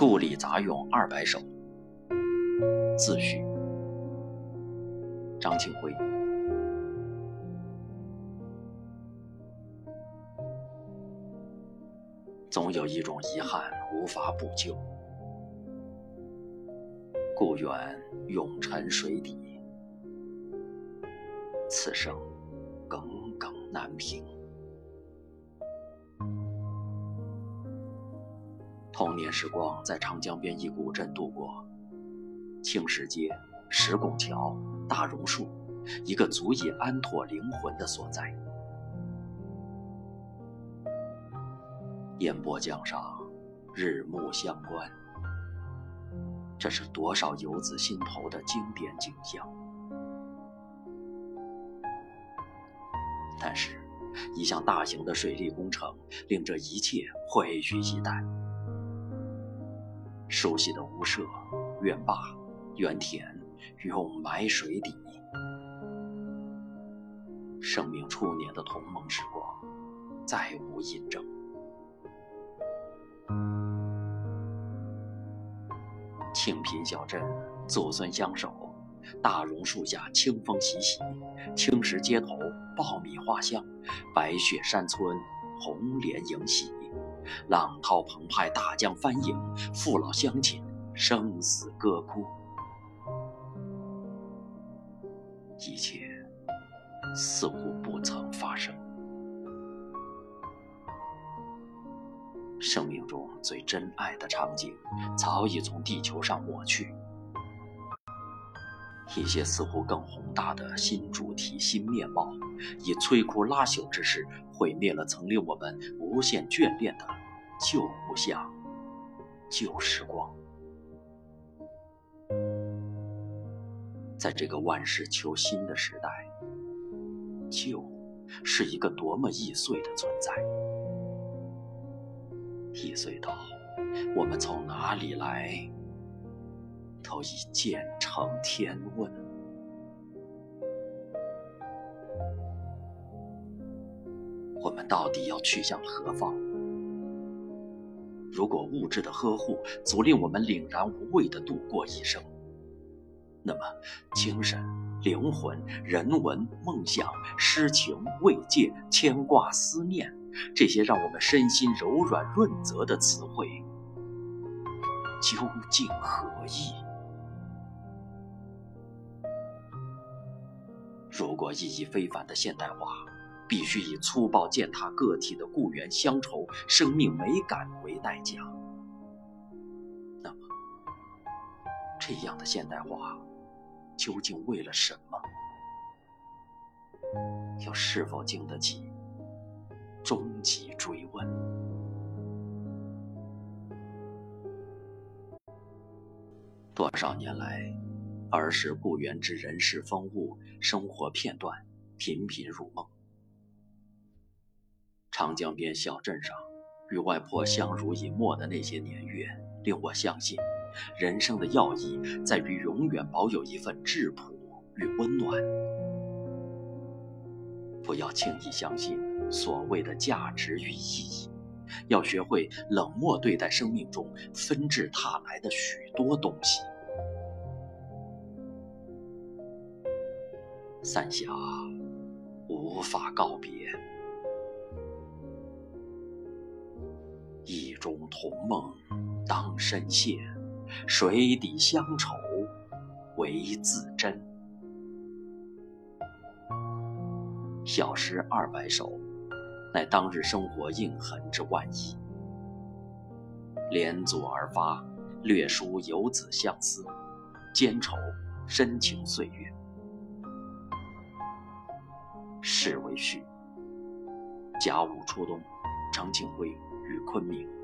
故里杂咏200首，自序。张庆辉。总有一种遗憾无法补救，故园永沉水底，此生耿耿难平。童年时光在长江边一古镇度过，青石街、石拱桥、大榕树，一个足以安妥灵魂的所在。烟波江上，日暮相关，这是多少游子心头的经典景象。但是，一项大型的水利工程令这一切毁于一旦。熟悉的屋舍、院坝、园田永埋水底，生命初年的同盟时光再无印证。清贫小镇，祖孙相守，大榕树下清风习习，青石街头爆米花香，白雪山村红莲迎喜，浪涛澎湃，大江翻涌，父老乡亲生死歌哭，一切似乎不曾发生。生命中最真爱的场景早已从地球上抹去，一些似乎更宏大的新主题、新面貌，以摧枯拉朽之势毁灭了曾令我们无限眷恋的旧故乡、旧时光。在这个万事求新的时代，旧是一个多么易碎的存在。易碎到我们从哪里来都已渐成天问。我们到底要去向何方？如果物质的呵护足令我们凛然无畏地度过一生，那么精神、灵魂、人文、梦想、诗情、慰藉、牵挂、思念，这些让我们身心柔软润泽的词汇，究竟何意？如果意义非凡的现代化必须以粗暴践踏个体的故园乡愁、生命美感为代价，那么这样的现代化究竟为了什么？又是否经得起终极追问？多少年来，儿时故园之人世风物、生活片段频频入梦。长江边小镇上，与外婆相濡以沫的那些年月，令我相信，人生的要义在于永远保有一份质朴与温暖。不要轻易相信所谓的价值与意义，要学会冷漠对待生命中纷至沓来的许多东西。三峡无法告别，意中同梦当深陷，水底乡愁为自珍。小诗200首，乃当日生活印痕之万一，连组而发，略抒游子相思，兼愁深情岁月。诗为序，甲午初冬，张庆辉与昆明。